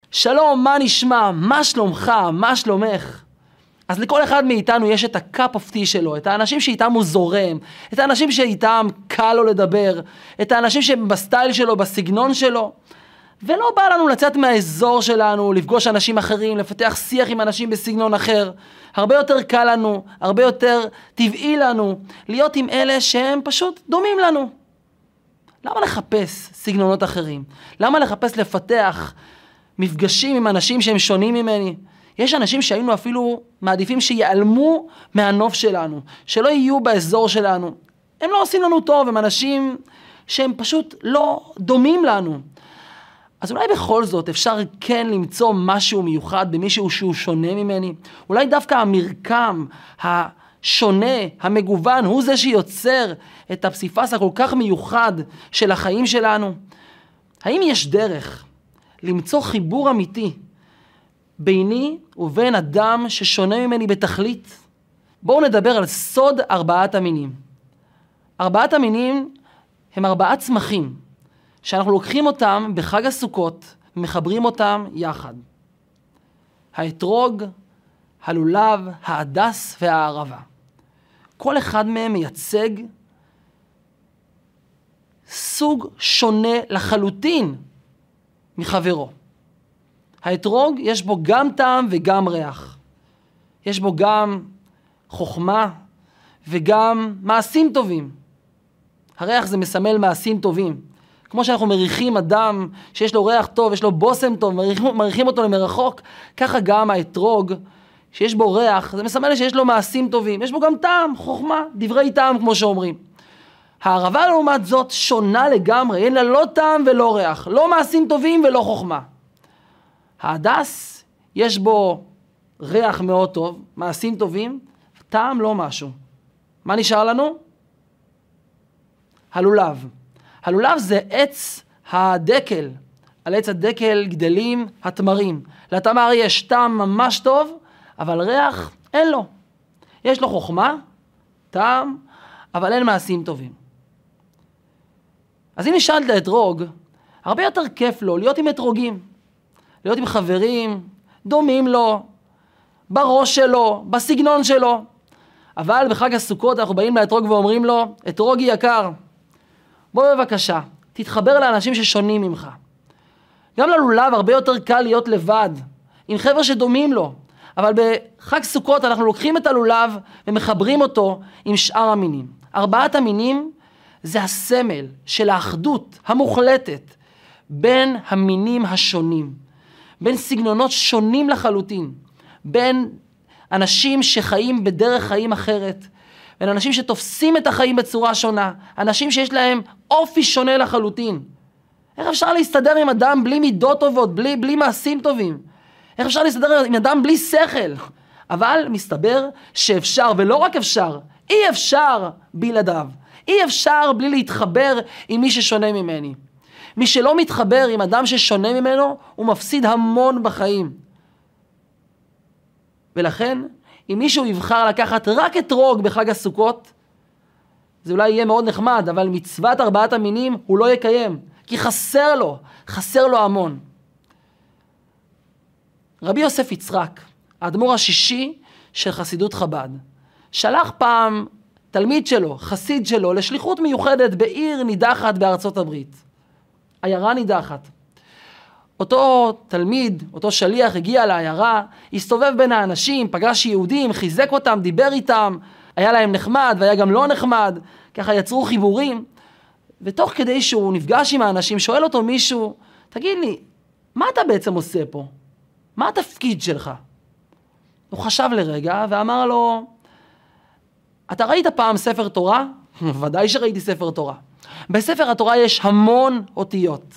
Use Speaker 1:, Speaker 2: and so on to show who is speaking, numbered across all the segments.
Speaker 1: שלום, מה נשמע? מה שלומך? מה שלומך? אז לכל אחד מאיתנו יש את הקאפ אוף טי שלו, את האנשים שאיתם הוא זורם, את האנשים שאיתם קל לו לדבר, את האנשים שבסטייל שלו, בסגנון שלו. ולא בא לנו לצאת מהאזור שלנו, לפגוש אנשים אחרים, לפתח שיח עם אנשים בסגנון אחר. הרבה יותר קל לנו, הרבה יותר טבעי לנו, להיות עם אלה שהם פשוט דומים לנו. למה לחפש סגנונות אחרים? למה לחפש לפתח מפגשים עם אנשים שהם שונים ממני? יש אנשים שהיינו אפילו מעדיפים שיעלמו מהנוף שלנו, שלא יהיו באזור שלנו. הם לא עושים לנו טוב, הם אנשים שהם פשוט לא דומים לנו. אז אולי בכל זאת אפשר כן למצוא משהו מיוחד במישהו שהוא שונה ממני. אולי דווקא המרקם השונה, המגוון, הוא זה שיוצר את הפסיפס הכל כך מיוחד של החיים שלנו. האם יש דרך למצוא חיבור אמיתי ביני ובין אדם ששונה ממני בתכלית? בואו נדבר על סוד 4 המינים. 4 המינים הם 4 צמחים שאנחנו לוקחים אותם בחג הסוכות ומחברים אותם יחד. האתרוג, הלולב, ההדס והערבה. כל אחד מהם מייצג סוג שונה לחלוטין מחברו. האתרוג יש בו גם טעם וגם ריח. יש בו גם חוכמה וגם מעשים טובים. הריח זה מסמל מעשים טובים. כמו שאנחנו מריחים אדם שיש לו ריח טוב, יש לו בוסם טוב, מריחים אותו למרחוק, ככה גם האתרוג שיש בו ריח, זה מסמל שיש לו מעשים טובים. יש בו גם טעם, חוכמה, דברי טעם כמו שאומרים. הערבה לעומת זאת שונה לגמרי, אין לה לא טעם ולא ריח, לא מעשים טובים ולא חוכמה. ההדס יש בו ריח מאוד טוב, מעשים טובים, טעם לא משהו. מה נשאר לנו? הלולב. הלולב זה עץ הדקל. על עץ הדקל גדלים התמרים. לתמר יש טעם ממש טוב, אבל ריח אין לו. יש לו חוכמה, טעם, אבל אין מעשים טובים. אז אם נשאל את האתרוג, הרבה יותר כיף לו להיות עם אתרוגים. להיות עם חברים, דומים לו, בראש שלו, בסגנון שלו. אבל בחג הסוכות אנחנו באים לאתרוג ואומרים לו, אתרוגי יקר, בוא בבקשה, תתחבר לאנשים ששונים ממך. גם ללולב הרבה יותר קל להיות לבד, עם חבר'ה שדומים לו. אבל בחג סוכות אנחנו לוקחים את הלולב ומחברים אותו עם שאר המינים. 4 המינים זה הסמל של האחדות המוחלטת בין המינים השונים. בין סגנונות שונים לחלוטין. בין אנשים שחיים בדרך חיים אחרת. בין אנשים שתופסים את החיים בצורה שונה. אנשים שיש להם אופי שונה לחלוטין. איך אפשר להסתדר עם אדם בלי מידות טובות, בלי מעשים טובים? איך אפשר להסתדר עם אדם בלי שכל? אבל מסתבר שאפשר, ולא רק אפשר, אי אפשר בלעדיו. אי אפשר בלי להתחבר עם מי ששונה ממני. מי שלא מתחבר עם אדם ששונה ממנו, הוא מפסיד המון בחיים. ולכן, אם מישהו יבחר לקחת רק אתרוג בחג הסוכות, זה אולי יהיה מאוד נחמד, אבל מצוות 4 המינים הוא לא יקיים, כי חסר לו המון. רבי יוסף יצחק, האדמו"ר השישי של חסידות חב"ד, שלח פעם תלמיד שלו, חסיד שלו, לשליחות מיוחדת בעיר נידחת בארצות הברית. עיירה נידחת. אותו תלמיד, אותו שליח הגיע לעיירה, הסתובב בין האנשים, פגש יהודים, חיזק אותם, דיבר איתם, היה להם נחמד והיה גם לא נחמד, ככה יצרו חיבורים. ותוך כדי שהוא נפגש עם האנשים, שואל אותו מישהו, תגיד לי, מה אתה בעצם עושה פה? מה התפקיד שלך? הוא חשב לרגע ואמר לו, אתה ראית פעם ספר תורה? ודאי שראיתי ספר תורה. בספר התורה יש המון אותיות.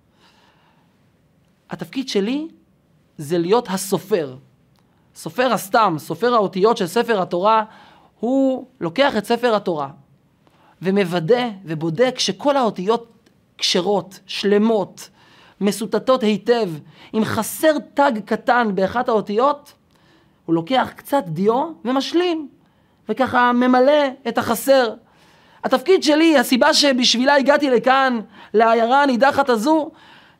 Speaker 1: התפקיד שלי זה להיות הסופר. סופר הסתם, סופר האותיות של ספר התורה, הוא לוקח את ספר התורה ומוודא ובודק שכל האותיות כשרות, שלמות, מסוטטות היטב. אם חסר תג קטן באחת האותיות, הוא לוקח קצת דיו ומשלים, וככה ממלא את החסר. התפקיד שלי, הסיבה שבשבילה הגעתי לכאן, לעיירה הנידחת הזו,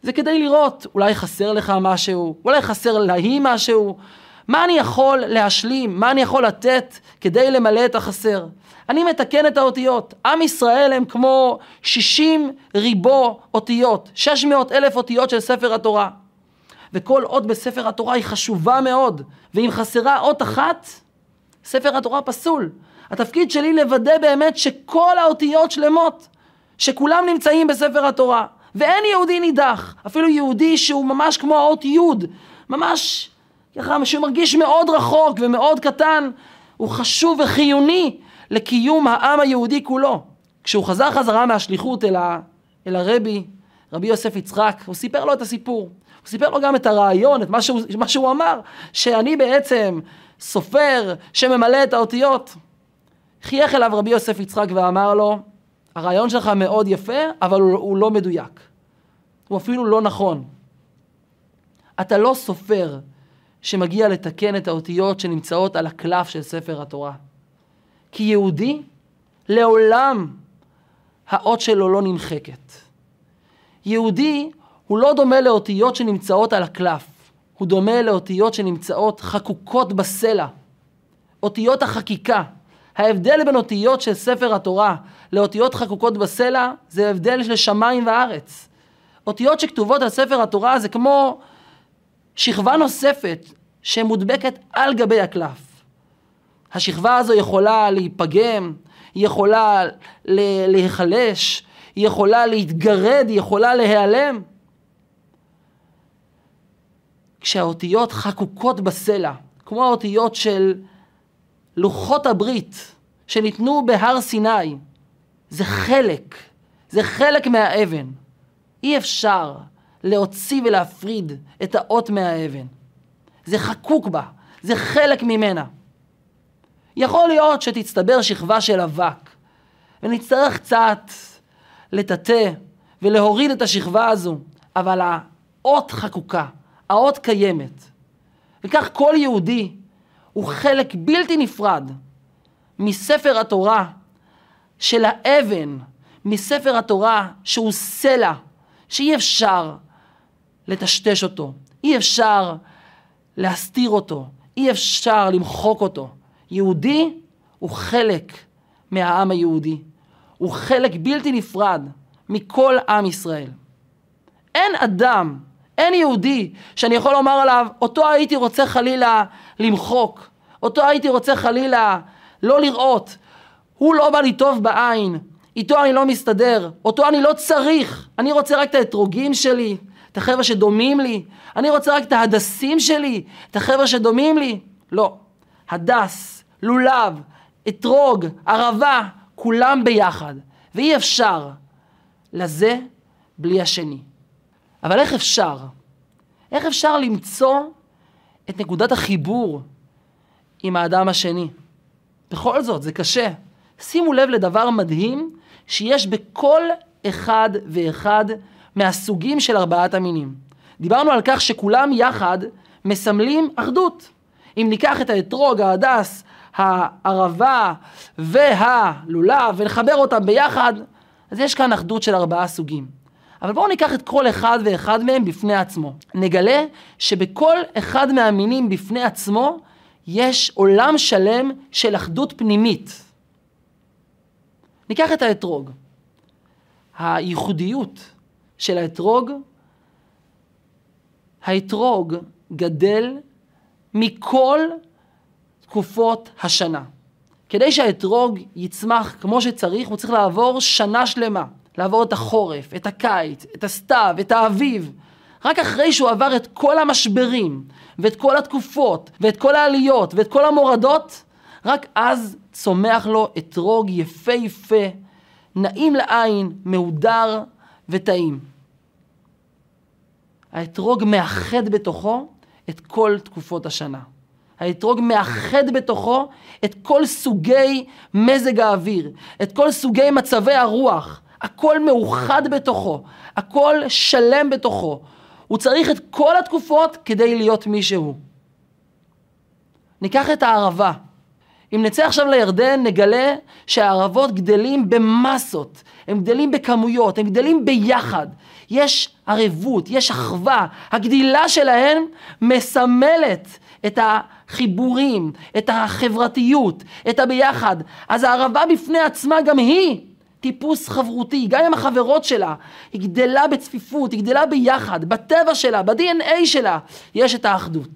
Speaker 1: זה כדי לראות, אולי חסר לך משהו, אולי חסר להיא משהו, מה אני יכול להשלים, מה אני יכול לתת כדי למלא את החסר. אני מתקן את האותיות. עם ישראל הם כמו 60 ריבו אותיות, 600,000 אותיות של ספר התורה. וכל אות בספר התורה היא חשובה מאוד, ואם חסרה אות אחת, ספר התורה פסול. התפקיד שלי לוודא באמת שכל האותיות שלמות, שכולם נמצאים בספר התורה, ואין יהודי נידח, אפילו יהודי שהוא ממש כמו האות יוד, ממש ככה שהוא מרגיש מאוד רחוק ומאוד קטן, הוא חשוב וחיוני לקיום העם היהודי כולו. כשהוא חזר חזרה מהשליחות אל הרבי, רבי יוסף יצחק, הוא סיפר לו את הסיפור. הוא סיפר לו גם את הרעיון, את מה שהוא אמר, שאני בעצם סופר שממלא את האותיות. חייך אליו רבי יוסף יצחק ואמר לו, הרעיון שלך מאוד יפה, אבל הוא לא מדויק. הוא אפילו לא נכון. אתה לא סופר שמגיע לתקן את האותיות שנמצאות על הקלף של ספר התורה. כי יהודי, לעולם האות שלו לא נמחקת. יהודי הוא לא דומה לאותיות שנמצאות על הקלף. הוא דומה לאותיות שנמצאות חקוקות בסלע. אותיות החקיקה. ההבדל בין אותיות של ספר התורה לאותיות חקוקות בסלע, זה הבדל של שמיים וארץ. אותיות שכתובות על ספר התורה זה כמו שכבה נוספת שמודבקת על גבי הקלף. השכבה הזו יכולה להיפגם, היא יכולה להיחלש, היא יכולה להתגרד, היא יכולה להיעלם. כשהאותיות חקוקות בסלע, כמו האותיות של לוחות הברית שניתנו בהר סיני, זה חלק מהאבן. אי אפשר להוציא ולהפריד את האות מהאבן. זה חקוק בה, זה חלק ממנה. יכול להיות שתצטבר שכבה של אבק, ונצטרך קצת לטאטא ולהוריד את השכבה הזו, אבל האות חקוקה, האות קיימת. וכך כל יהודי הוא חלק בלתי נפרד מספר התורה של האבן, מספר התורה שהוא סלע, שאי אפשר לטשטש אותו, אי אפשר להסתיר אותו, אי אפשר למחוק אותו. יהודי הוא חלק מהעם היהודי, הוא חלק בלתי נפרד מכל עם ישראל. אין אדם, אין יהודי שאני יכול לומר עליו, אותו הייתי רוצה חלילה למחוק, אותו הייתי רוצה חלילה לא לראות, הוא לא בא לי טוב בעין, איתו אני לא מסתדר, אותו אני לא צריך, אני רוצה רק את האתרוגים שלי, את החבר'ה שדומים לי, אני רוצה רק את ההדסים שלי, את החבר'ה שדומים לי. לא, הדס, לולב, אתרוג, ערבה, כולם ביחד, ואי אפשר לזה בלי השני. אבל איך אפשר? איך אפשר למצוא את נקודת החיבור עם האדם השני? בכל זאת, זה קשה. שימו לב לדבר מדהים שיש בכל אחד ואחד מהסוגים של ארבעת המינים. דיברנו על כך שכולם יחד מסמלים אחדות. אם ניקח את האתרוג, ההדס, הערבה והלולב ונחבר אותם ביחד, אז יש כאן אחדות של 4 סוגים. אבל בואו ניקח את כל אחד ואחד מהם בפני עצמו. נגלה שבכל אחד מהמינים בפני עצמו יש עולם שלם של אחדות פנימית. ניקח את האתרוג. הייחודיות של האתרוג גדל מכל תקופות השנה. כדי שהאתרוג יצמח כמו שצריך, הוא צריך לעבור שנה שלמה. לעבור את החורף, את הקיץ, את הסתיו, את האביב. רק אחרי שהוא עבר את כל המשברים, ואת כל התקופות, ואת כל העליות, ואת כל המורדות, רק אז צומח לו אתרוג יפה, נעים לעין, מהודר וטעים. האתרוג מאחד בתוכו את כל תקופות השנה. האתרוג מאחד בתוכו את כל סוגי מזג האוויר, את כל סוגי מצבי הרוח. הכל מאוחד בתוכו, הכל שלם בתוכו. הוא צריך את כל התקופות כדי להיות מישהו. ניקח את הערבה. אם נצא עכשיו לירדן, נגלה שהערבות גדלים במסות, הם גדלים בכמויות, הם גדלים ביחד. יש ערבות, יש אחווה. הגדילה שלהם מסמלת את החיבורים, את החברתיות, את הביחד. אז הערבה בפני עצמה גם היא טיפוס חברותי, גם עם החברות שלה. היא גדלה בצפיפות, היא גדלה ביחד, בטבע שלה, ב-DNA שלה, יש את האחדות.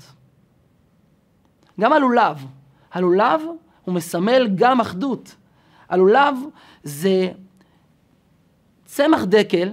Speaker 1: גם הלולב. הלולב הוא מסמל גם אחדות. הלולב זה צמח דקל,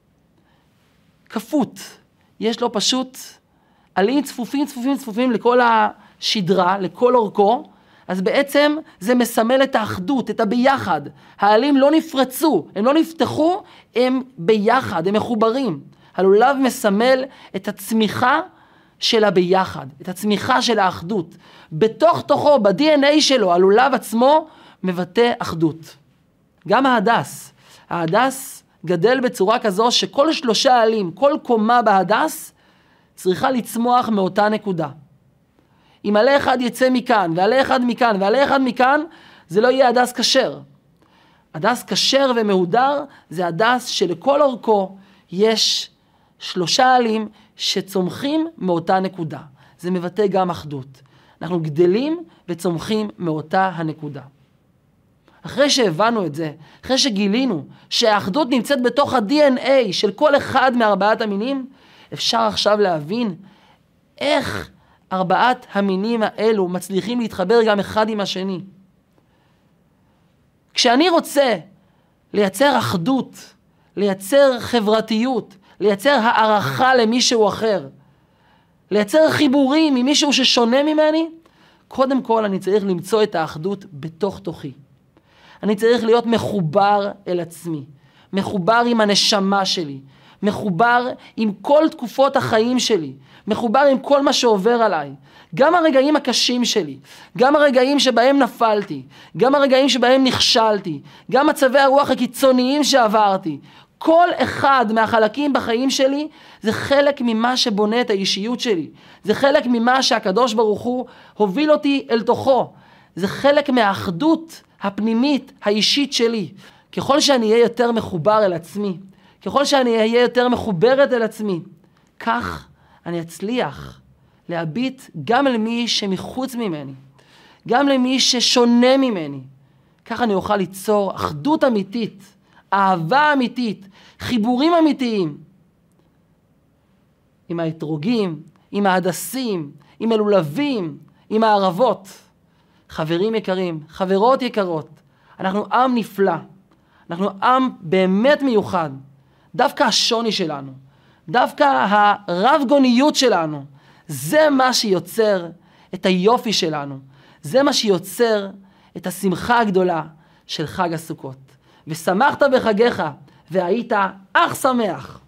Speaker 1: כפות. יש לו פשוט עלים צפופים לכל השדרה, לכל אורכו. אז בעצם זה מסמל את האחדות, את הביחד. העלים לא נפרצו, הם לא נפתחו, הם ביחד, הם מחוברים. הלולב מסמל את הצמיחה של הביחד, את הצמיחה של האחדות. בתוך תוכו, ב-DNA שלו, הלולב עצמו מבטא אחדות. גם ההדס. ההדס גדל בצורה כזו שכל 3 עלים, כל קומה בהדס, צריכה לצמוח מאותה נקודה. אם עלה אחד יצא מכאן, ועלה אחד מכאן, ועלה אחד מכאן, זה לא יהיה הדס כשר. הדס כשר ומהודר זה הדס שלכל אורכו יש 3 עלים שצומחים מאותה נקודה. זה מבטא גם אחדות. אנחנו גדלים וצומחים מאותה הנקודה. אחרי שהבנו את זה, אחרי שגילינו שהאחדות נמצאת בתוך ה-DNA של כל אחד מ4 המינים, אפשר עכשיו להבין איך 4 המינים האלו מצליחים להתחבר גם אחד עם השני. כשאני רוצה לייצר אחדות, לייצר חברתיות, לייצר הערכה למישהו אחר, לייצר חיבורים עם מישהו ששונה ממני, קודם כל אני צריך למצוא את האחדות בתוך תוכי. אני צריך להיות מחובר אל עצמי, מחובר עם הנשמה שלי, מחובר עם כל תקופות החיים שלי, מחובר עם כל מה שעובר עליי, גם הרגעים הקשים שלי, גם הרגעים שבהם נפלתי, גם הרגעים שבהם נכשלתי, גם מצבי הרוח הקיצוניים שעברתי. כל אחד מהחלקים בחיים שלי זה חלק ממה שבונה את האישיות שלי. זה חלק ממה שהקדוש ברוך הוא הוביל אותי אל תוכו. זה חלק מהאחדות הפנימית האישית שלי. ככל שאני אהיה יותר מחובר אל עצמי, ככל שאני אהיה יותר מחוברת אל עצמי, כך אני אצליח להביט גם אל מי שמחוץ ממני, גם למי ששונה ממני. כך אני אוכל ליצור אחדות אמיתית, אהבה אמיתית, חיבורים אמיתיים. עם האתרוגים, עם ההדסים, עם הלולבים, עם הערבות. חברים יקרים, חברות יקרות, אנחנו עם נפלא. אנחנו עם באמת מיוחד. דווקא השוני שלנו, דווקא הרב גוניות שלנו, זה מה שיוצר את היופי שלנו. זה מה שיוצר את השמחה הגדולה של חג הסוכות. ושמחת בחגיך והיית אך שמח.